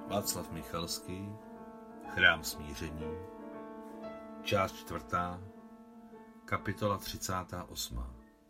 Václav Michalský, Chrám smíření, část 4, kapitola 38.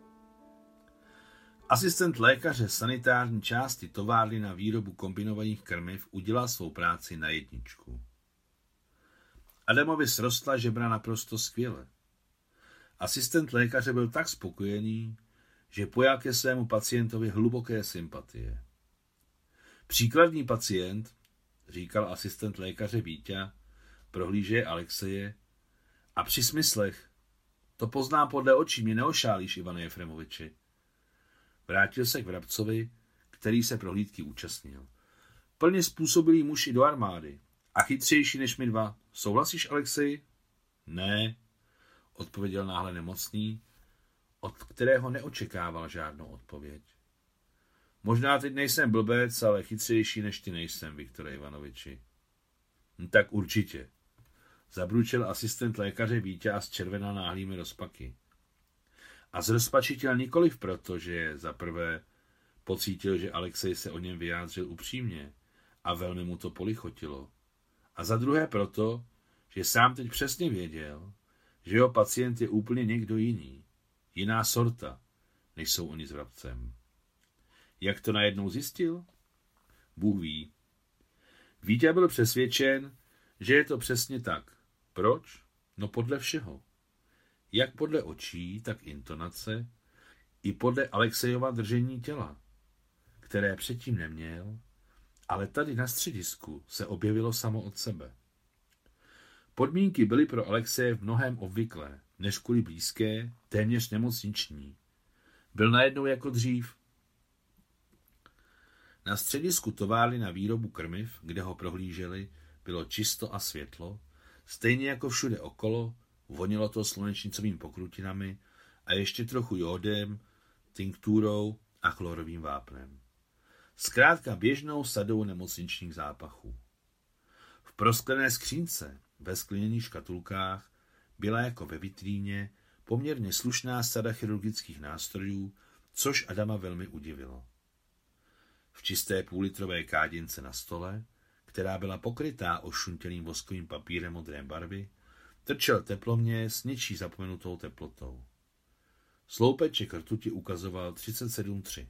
Asistent lékaře sanitární části továrny na výrobu kombinovaných krmiv udělal svou práci na jedničku. Adamovi srostla žebra naprosto skvěle. Asistent lékaře byl tak spokojený, že pojal ke svému pacientovi hluboké sympatie. Příkladný pacient, říkal asistent lékaře Víťa, prohlížeje Alexeje, a při smyslech, to poznám podle očí, mě neošálíš, Ivane Jefremoviči. Vrátil se k vrabcovi, který se prohlídky účastnil. Plně způsobilý muž i do armády a chytřejší než my dva. Souhlasíš, Alexej? Ne, odpověděl náhle nemocný, od kterého neočekával žádnou odpověď. Možná teď nejsem blbec, ale chytřejší než ty nejsem, Viktore Ivanoviči. Tak určitě, zabručil asistent lékaře Víťa a zčervenal náhlými rozpaky. A zrozpačitěl nikoliv proto, že za prvé pocítil, že Alexej se o něm vyjádřil upřímně a velmi mu to polichotilo. A za druhé proto, že sám teď přesně věděl, že jeho pacient je úplně někdo jiný, jiná sorta, než jsou oni s vrabcem. Jak to najednou zjistil? Bůh ví. Víťa byl přesvědčen, že je to přesně tak. Proč? No podle všeho. Jak podle očí, tak intonace, i podle Alexejova držení těla, které předtím neměl, ale tady na středisku se objevilo samo od sebe. Podmínky byly pro Alexeje v mnohém obvyklé, než kvůli blízké, téměř nemocniční. Byl najednou jako dřív. Na středisku továrny na výrobu krmiv, kde ho prohlíželi, bylo čisto a světlo, stejně jako všude okolo, vonilo to slunečnicovými pokrutinami a ještě trochu jódem, tinkturou a chlorovým vápnem. Zkrátka běžnou sadou nemocničních zápachů. V prosklené skřínce, ve skleněných škatulkách, byla jako ve vitríně poměrně slušná sada chirurgických nástrojů, což Adama velmi udivilo. V čisté půllitrové kádince na stole, která byla pokrytá ošuntělým voskovým papírem modré barvy, trčel teploměs s něčí zapomenutou teplotou. Sloupeček rtuti ukazoval 37,3.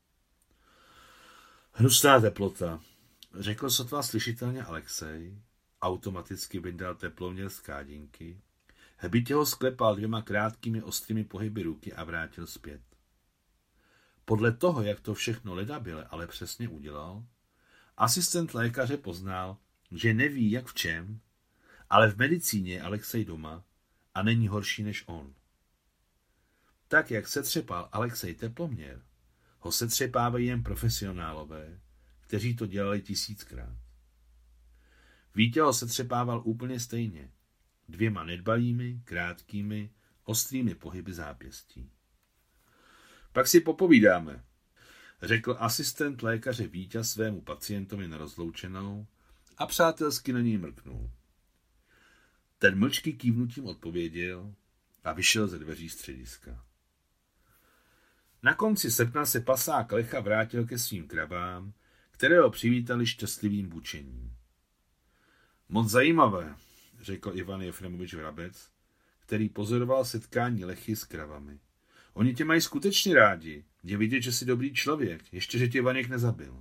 Hnusná teplota, řekl sotva slyšitelně Alexej, automaticky vyndal teploměr z kádinky, hbitě ho sklepal 2 krátkými ostrými pohyby ruky a vrátil zpět. Podle toho, jak to všechno ledabyle, ale přesně udělal, asistent lékaře poznal, že neví jak v čem, ale v medicíně je Alexej doma a není horší než on. Tak, jak setřepal Alexej teploměr, ho setřepávají jen profesionálové, kteří to dělali 1000krát. Vítě ho setřepával úplně stejně, 2 nedbalými, krátkými, ostrými pohyby zápěstí. Pak si popovídáme, řekl asistent lékaře Víťa svému pacientovi na rozloučenou a přátelsky na něj mrknul. Ten mlčky kývnutím odpověděl a vyšel ze dveří střediska. Na konci srpna se pasák Lecha vrátil ke svým kravám, které ho přivítali šťastlivým bučením. Moc zajímavé, řekl Ivan Jefremovič Vrabec, který pozoroval setkání Lechy s kravami. Oni tě mají skutečně rádi, je vidět, že jsi dobrý člověk, ještě že tě Vaněk nezabil.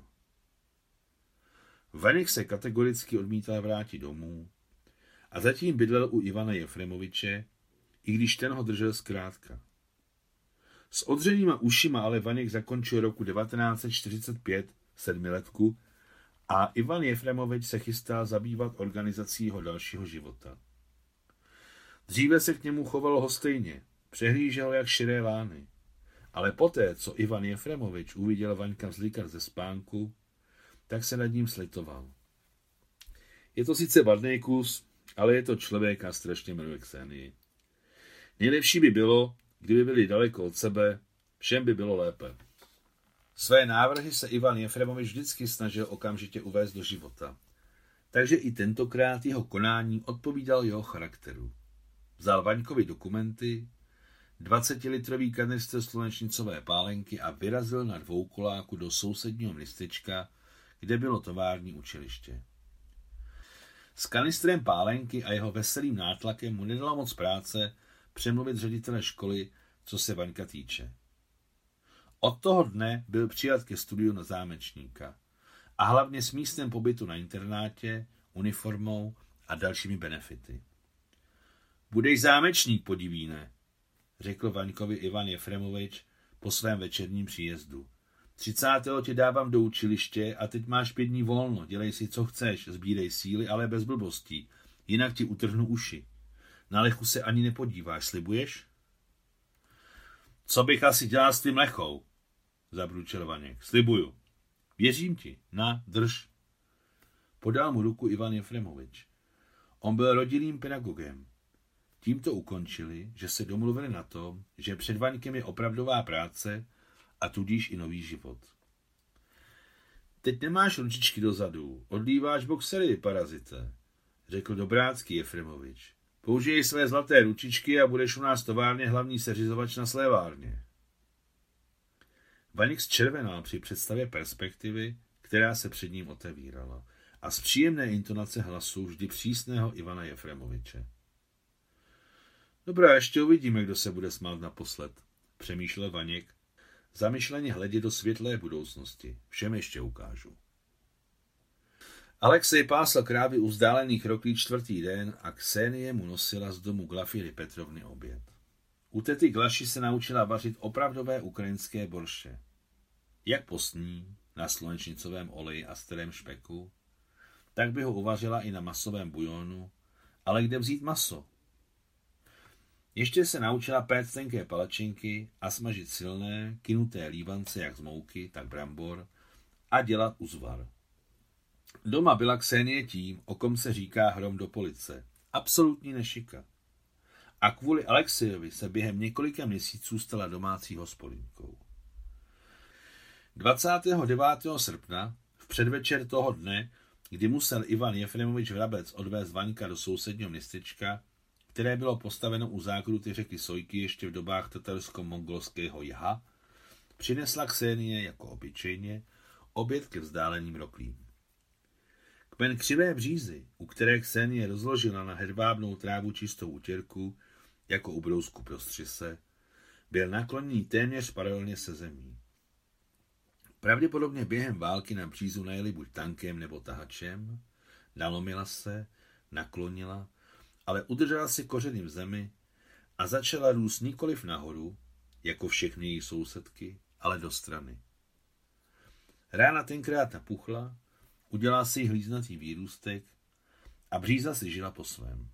Vaněk se kategoricky odmítal vrátit domů a zatím bydlel u Ivana Jefremoviče, i když ten ho držel zkrátka. S odřenýma ušima ale Vaněk zakončil roku 1945 sedmiletku a Ivan Jefremovič se chystal zabývat organizací jeho dalšího života. Dříve se k němu chovalo hostejně, přehlížel jak širé lány, ale poté, co Ivan Jefremovič uviděl Vaňka vzlikat ze spánku, tak se nad ním slitoval. Je to sice vadný kus, ale je to člověk a strašně miluje Ksenii. Nejlepší by bylo, kdyby byli daleko od sebe, všem by bylo lépe. Své návrhy se Ivan Jefremovič vždycky snažil okamžitě uvést do života, takže i tentokrát jeho konání odpovídal jeho charakteru. Vzal Vaňkovi dokumenty, 20-litrový kanistr slunečnicové pálenky a vyrazil na dvoukoláku do sousedního městečka, kde bylo tovární učiliště. S kanistrem pálenky a jeho veselým nátlakem mu nedala moc práce přemluvit ředitele školy, co se Vaňka týče. Od toho dne byl přijat ke studiu na zámečníka a hlavně s místem pobytu na internátě, uniformou a dalšími benefity. Budeš zámečník, podivíne, řekl Vaňkovi Ivan Jefremovič po svém večerním příjezdu. 30. tě dávám do učiliště a teď máš 5 dní volno, dělej si, co chceš, sbírej síly, ale bez blbostí, jinak ti utrhnu uši. Na Lechu se ani nepodíváš, slibuješ? Co bych asi dělal s tvým Lechou? Zabručel Vaněk. Slibuju. Věřím ti. Na, drž. Podal mu ruku Ivan Jefremovič. On byl rodilým pedagogem. Tímto ukončili, že se domluvili na tom, že před Vaňkem je opravdová práce a tudíž i nový život. Teď nemáš ručičky dozadu, odlíváš boxery, parazite, řekl dobrácký Jefremovič. Použij své zlaté ručičky a budeš u nás v továrně hlavní seřizovač na slévárně. Vaněk zčervenal při představě perspektivy, která se před ním otevírala, a z příjemné intonace hlasu vždy přísného Ivana Jefremoviče. Dobrá, ještě uvidíme, kdo se bude smát naposled, přemýšlel Vaněk, zamyšleně hledě do světlé budoucnosti. Všem ještě ukážu. Alexej pásl krávy u vzdálených roklí 4. den a Ksenie mu nosila z domu Glafíry Petrovny oběd. U tety Glaši se naučila vařit opravdové ukrajinské borše. Jak postní, na slunečnicovém oleji a starém špeku, tak by ho uvařila i na masovém bujonu, ale kde vzít maso? Ještě se naučila péct tenké palačinky a smažit silné, kynuté lívance jak z mouky, tak brambor a dělat uzvar. Doma byla Ksenie tím, o kom se říká hrom do police. Absolutní nešika. A kvůli Alexejovi se během několika měsíců stala domácí hospodinkou. 29. srpna, v předvečer toho dne, kdy musel Ivan Jefremovič Vrabec odvést Vaňka do sousedního městečka, které bylo postaveno u zákruty řeky Sojky ještě v dobách tatarsko-mongolského jha, přinesla Ksenie jako obyčejně oběd ke vzdáleným roklím. Kmen křivé břízy, u které Ksenie rozložila na hedvábnou trávu čistou utěrku, jako u brousku prostřise, byl nakloněný téměř paralelně se zemí. Pravděpodobně během války na břízu najeli buď tankem nebo tahačem, nalomila se, naklonila, ale udržela si kořeny v zemi a začala růst nikoliv nahoru, jako všechny její sousedky, ale do strany. Rána tenkrát napuchla, udělala si jí hlíznatý výrůstek a bříza si žila po svém.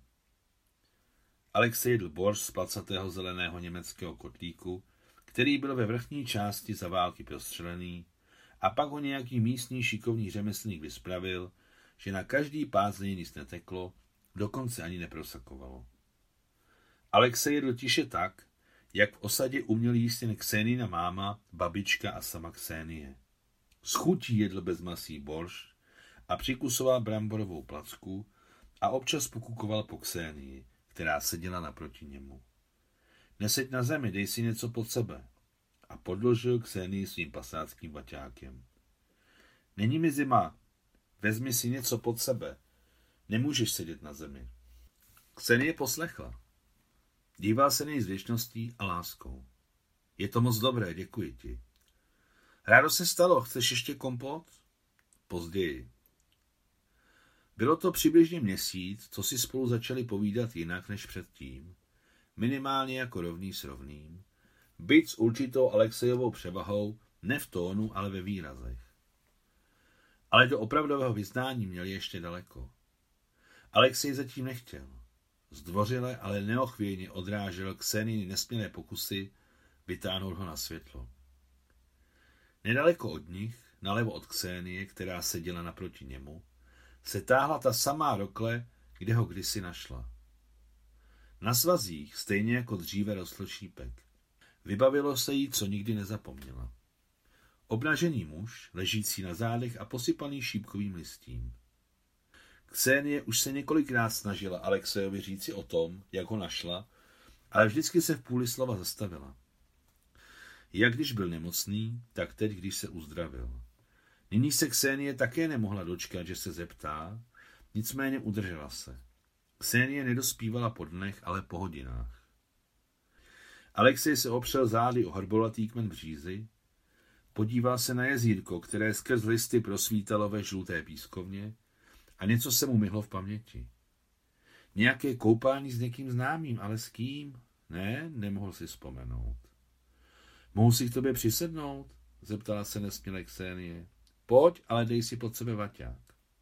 Alexej jedl borš z placatého zeleného německého kotlíku, který byl ve vrchní části za války prostřelený, a pak ho nějaký místní šikovný řemeslník vyspravil, že na každý pás z něj nic neteklo, dokonce ani neprosakovalo. Alexej jedl tiše tak, jak v osadě uměl jíst jen Ksenina máma, babička a sama Ksenie. S chutí jedl bez masí borš a přikusoval bramborovou placku a občas pokukoval po Ksenii, která seděla naproti němu. Neseď na zemi, dej si něco pod sebe. A podložil Ksenii svým pasáckým vaťákem. Není mi zima, vezmi si něco pod sebe. Nemůžeš sedět na zemi. Ksenie poslechla. Díval se nej s vděčností a láskou. Je to moc dobré, děkuji ti. Rádo se stalo, chceš ještě kompot? Později. Bylo to přibližně měsíc, co si spolu začali povídat jinak než předtím. Minimálně jako rovný s rovným. Byť s určitou Alexejovou převahou, ne v tónu, ale ve výrazech. Ale do opravdového vyznání měli ještě daleko. Alexej zatím nechtěl. Zdvořile, ale neochvějně odrážel Kseniny nesmělé pokusy vytáhnout ho na světlo. Nedaleko od nich, nalevo od Ksenie, která seděla naproti němu, se táhla ta samá rokle, kde ho kdysi našla. Na svazích stejně jako dříve rostl šípek. Vybavilo se jí, co nikdy nezapomněla. Obnažený muž, ležící na zádech a posypaný šípkovým listím. Ksenie už se několikrát snažila Alexejovi říci o tom, jak ho našla, ale vždycky se v půli slova zastavila. Jak když byl nemocný, tak teď, když se uzdravil. Nyní se Ksenie také nemohla dočkat, že se zeptá, Nicméně udržela se. Ksenie nedospívala po dnech, ale po hodinách. Alexej se opřel zády o hrbolatý kmen břízy, podíval se na jezírko, které skrz listy prosvítalo ve žluté pískovně a něco se mu myhlo v paměti. Nějaké koupání s někým známým, ale s kým? Ne, nemohl si vzpomenout. Mohu si k tobě přisednout? Zeptala se nesměle Ksenie. Pojď, ale dej si pod sebe vaťák.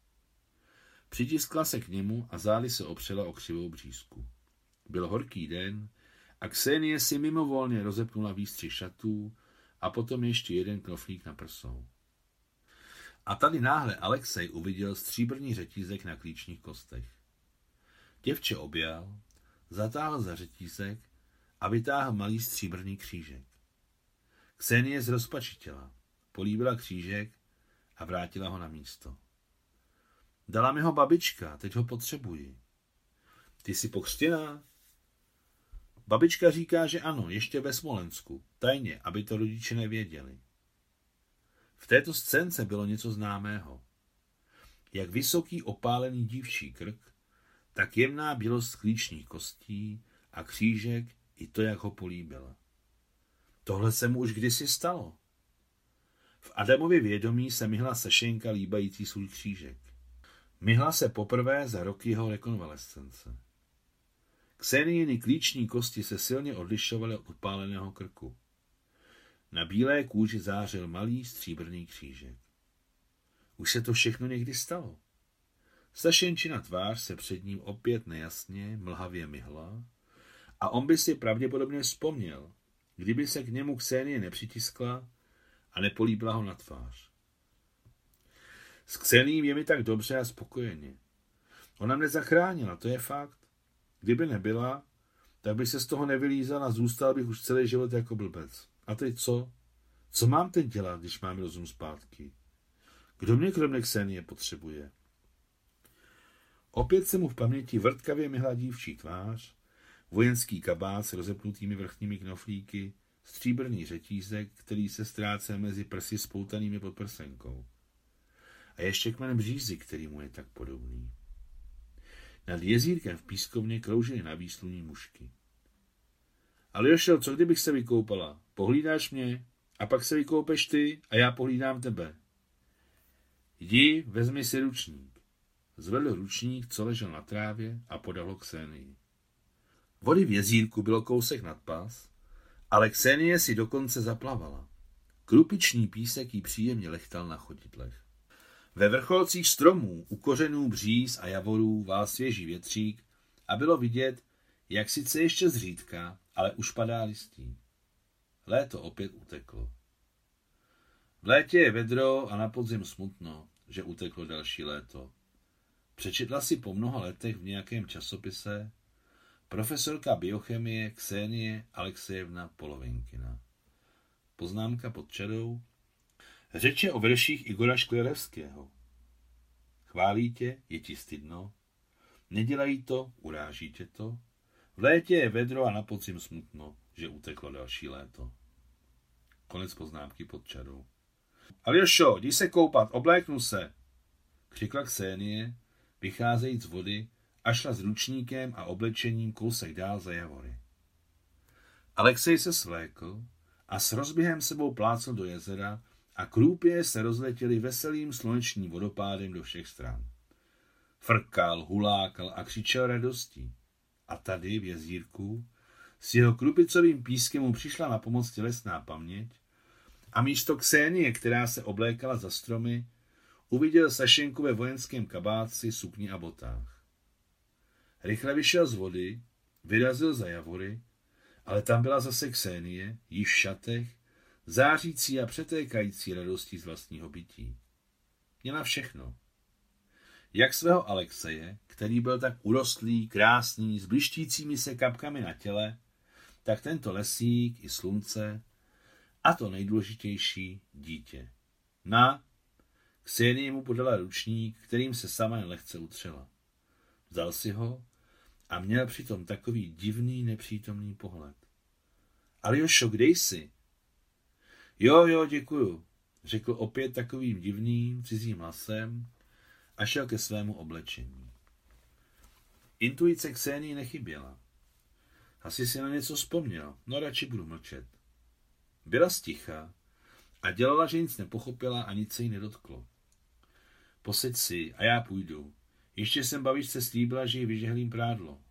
Přitiskla se k němu a zády se opřela o křivou břízku. Byl horký den a Ksenie si mimovolně rozepnula výstřih šatů a potom ještě jeden knoflík na prsou. A tady náhle Alexej uviděl stříbrný řetízek na klíčních kostech. Děvče objal, zatáhl za řetízek a vytáhl malý stříbrný křížek. Ksenie zrozpačitila, políbila křížek a vrátila ho na místo. Dala mi ho babička, teď ho potřebuji. Ty jsi pokřtěná? Babička říká, že ano, ještě ve Smolensku, tajně, aby to rodiče nevěděli. V této scénce bylo něco známého. Jak vysoký opálený dívčí krk, tak jemná bělost klíčních kostí a křížek i to, jak ho políbila. Tohle se mu už kdysi stalo. V Adamově vědomí se myhla Sašenka líbající svůj křížek. Myhla se poprvé za roky jeho rekonvalescence. Kseniiny klíční kosti se silně odlišovaly od opáleného krku. Na bílé kůži zářil malý stříbrný křížek. Už se to všechno někdy stalo. Sašenčina tvář se před ním opět nejasně, mlhavě myhla a on by si pravděpodobně vzpomněl, kdyby se k němu Ksenie nepřitiskla a nepolíbila ho na tvář. S Ksenií je mi tak dobře a spokojeně. Ona mne zachránila, to je fakt. Kdyby nebyla, tak bych se z toho nevylízal a zůstal bych už celý život jako blbec. A teď co? Co mám teď dělat, když mám rozum zpátky? Kdo mě kromě Ksenie potřebuje? Opět se mu v paměti vrtkavě myhla dívčí tvář, vojenský kabát s rozepnutými vrchními knoflíky, stříbrný řetízek, který se ztrácel mezi prsy spoutanými pod prsenkou. A ještě kmen břízy, který mu je tak podobný. Nad jezírkem v pískovně kroužily na výsluní mušky. Aljošo, co kdybych se vykoupala? Pohlídáš mě a pak se vykoupeš ty a já pohlídám tebe. Jdi, vezmi si ručník. Zvedl ručník, co ležel na trávě a podal ho Ksenii. Vody v jezírku bylo kousek nad pás, ale Ksenie si dokonce zaplavala. Krupičný písek jí příjemně lechtal na chodidlech. Ve vrcholcích stromů, u kořenů bříz a javorů vál svěží větřík a bylo vidět, jak sice ještě zřídka, ale už padá listí. Léto opět uteklo. V létě je vedro a na podzim smutno, že uteklo další léto. Přečetla si po mnoha letech v nějakém časopise profesorka biochemie Ksenie Alexejevna Polovinkina. Poznámka pod čarou. Řeče o verších Igora Šklerevského. Chválí tě, je ti stydno. Nedělají to, uráží tě to. V létě je vedro a na podzim smutno, že uteklo další léto. Konec poznámky pod čarou. Aljošo, jdi se koupat, obléknu se, křikla Ksenie, vycházejíc z vody a šla s ručníkem a oblečením kousek dál za javory. Alexej se svlékl a s rozběhem sebou plácl do jezera a krůpě se rozletěli veselým slunečním vodopádem do všech stran. Frkal, hulákal a křičel radostí. A tady v jezírku s jeho krupicovým pískem mu přišla na pomoc tělesná paměť a místo Ksenie, která se oblékala za stromy, uviděl Sašenku ve vojenském kabátci, sukni a botách. Rychle vyšel z vody, vyrazil za javory, ale tam byla zase Ksenie, již v šatech, zářící a přetékající radostí z vlastního bytí. Měla všechno. Jak svého Alexeje, který byl tak urostlý, krásný, s blištícími se kapkami na těle, tak tento lesík i slunce a to nejdůležitější dítě. Ksenie mu podala ručník, kterým se sama jen lehce utřela. Vzal si ho a měl přitom takový divný, nepřítomný pohled. Aljošo, kde jsi? Jo, děkuju, řekl opět takovým divným, cizím hlasem a šel ke svému oblečení. Intuice Ksenie nechyběla. Asi si na něco vzpomněl, no radši budu mlčet. Byla sticha a dělala, že nic nepochopila a nic se jí nedotklo. Poseď si a já půjdu. Ještě jsem babičce slíbila, že jí vyžehlím prádlo.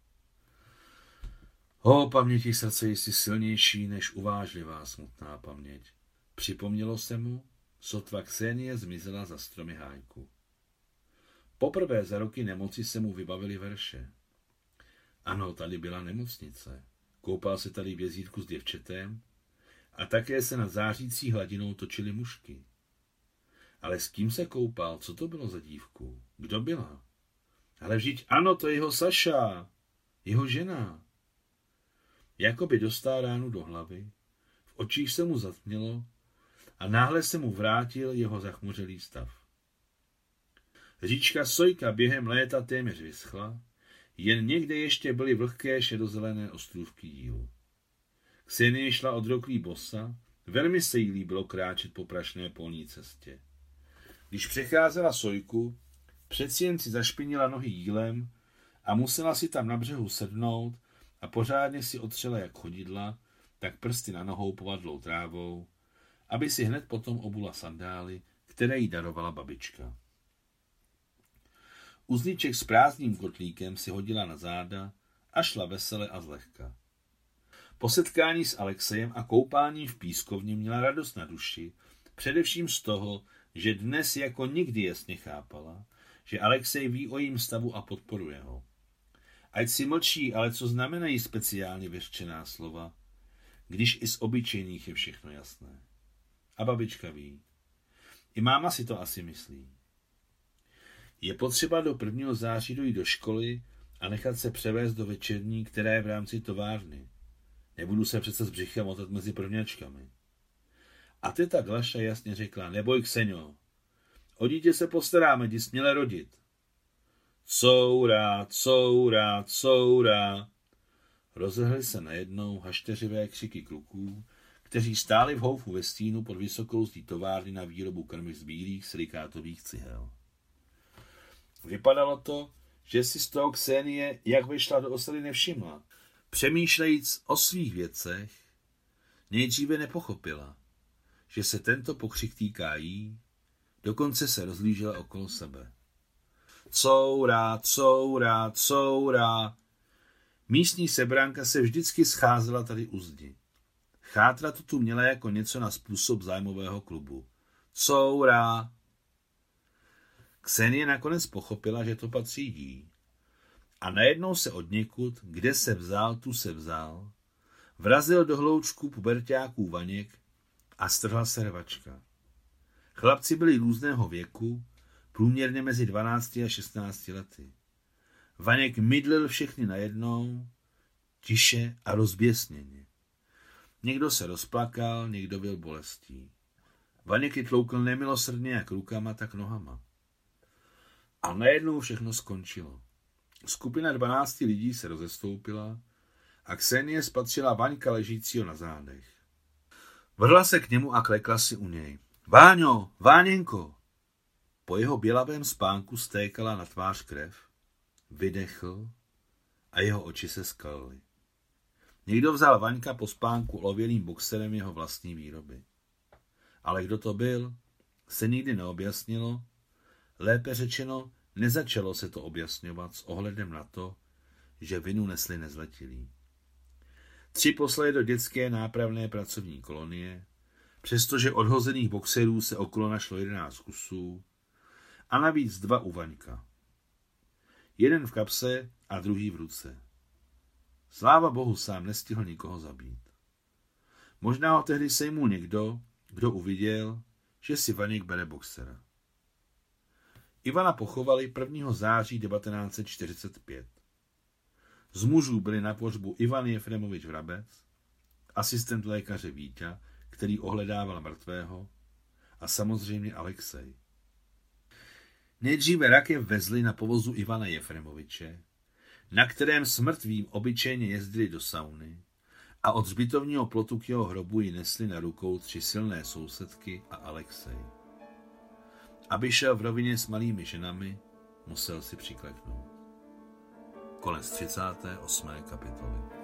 Paměti srdce jsi silnější než uvážlivá smutná paměť. Připomnělo se mu, sotva Ksenie zmizela za stromy hájku. Poprvé za roky nemoci se mu vybavily verše. Ano, tady byla nemocnice. Koupal se tady v jezírku s děvčetem a také se nad zářící hladinou točily mušky. Ale s kým se koupal? Co to bylo za dívku? Kdo byla? Ale vždyť ano, to je jeho Saša, jeho žena. Jakoby dostal ránu do hlavy, v očích se mu zatmělo a náhle se mu vrátil jeho zachmuřelý stav. Říčka Sojka během léta téměř vyschla, jen někde ještě byly vlhké šedozelené ostrůvky jílu. Ksenie šla odroklý bosa, velmi se jí líbilo kráčet po prašné polní cestě. Když přecházela Sojku, přeci jen si zašpinila nohy jílem a musela si tam na břehu sednout a pořádně si otřela jak chodidla, tak prsty na nohou povadlou trávou, aby si hned potom obula sandály, které jí darovala babička. Uzlíček s prázdným kotlíkem si hodila na záda a šla vesele a zlehka. Po setkání s Alexejem a koupání v pískovně měla radost na duši, především z toho, že dnes jako nikdy jasně chápala, že Alexej ví o jím stavu a podporuje ho. Ať si mlčí, ale co znamenají speciálně vyřčená slova, když i z obyčejných je všechno jasné. A babička ví. I máma si to asi myslí. Je potřeba do 1. září dojít do školy a nechat se převést do večerní, která je v rámci továrny. Nebudu se přece s břichem motat mezi prvňačkami. A teta Glaša jasně řekla, neboj Kseňo, o dítě se postaráme, jdi směle rodit. Coura, coura, coura. Rozehly se najednou hašteřivé křiky kluků, kteří stáli v houfu ve stínu pod vysokou zdí továrny na výrobu krmy z bílých silikátových cihel. Vypadalo to, že si z toho Ksenie, jak vyšla do osady, nevšimla. Přemýšlejíc o svých věcech, nejdříve nepochopila, že se tento pokřik týká jí, dokonce se rozlížela okolo sebe. Coura, coura, coura. Místní sebranka se vždycky scházela tady u zdi. Chátra to tu měla jako něco na způsob zájmového klubu. Coura. Ksenie nakonec pochopila, že to patří jí. A najednou se odněkud, kde se vzal, tu se vzal, vrazil do hloučku puberťáků Vaněk a strhla se rvačka. Chlapci byli různého věku, průměrně mezi 12 a 16 lety. Vaněk mydlil všechny najednou, tiše a rozběsněně. Někdo se rozplakal, někdo byl bolestí. Vaněk ji tloukl nemilosrdně jak rukama, tak nohama. A najednou všechno skončilo. Skupina 12 lidí se rozestoupila a Ksenie spatřila Vaňka ležícího na zádech. Vrhla se k němu a klekla si u něj. Váňo, Váněnko! Po jeho bělavém spánku stékala na tvář krev, vydechl a jeho oči se skalily. Někdo vzal Vaňka po spánku lověným boxerem jeho vlastní výroby. Ale kdo to byl, se nikdy neobjasnilo, lépe řečeno, nezačalo se to objasňovat s ohledem na to, že vinu nesli nezletilí. 3 poslali do dětské nápravné pracovní kolonie, přestože odhozených boxerů se okolo našlo 11 kusů a navíc 2 u Vaňka. Jeden v kapse a druhý v ruce. Sláva bohu, sám nestihl nikoho zabít. Možná ho tehdy sejmul někdo, kdo uviděl, že si Vaněk bere boxera. Ivana pochovali 1. září 1945. Z mužů byli na pohřbu Ivan Jefremovič Vrabec, asistent lékaře Víťa, který ohledával mrtvého, a samozřejmě Alexej. Nejdříve rakev vezli na povozu Ivana Jefremoviče, na kterém s mrtvým obyčejně jezdili do sauny a od hřbitovního plotu k jeho hrobu ji nesli na rukou 3 silné sousedky a Alexej. Aby šel v rovině s malými ženami, Musel si přikleknout. Konec 38. kapitoly.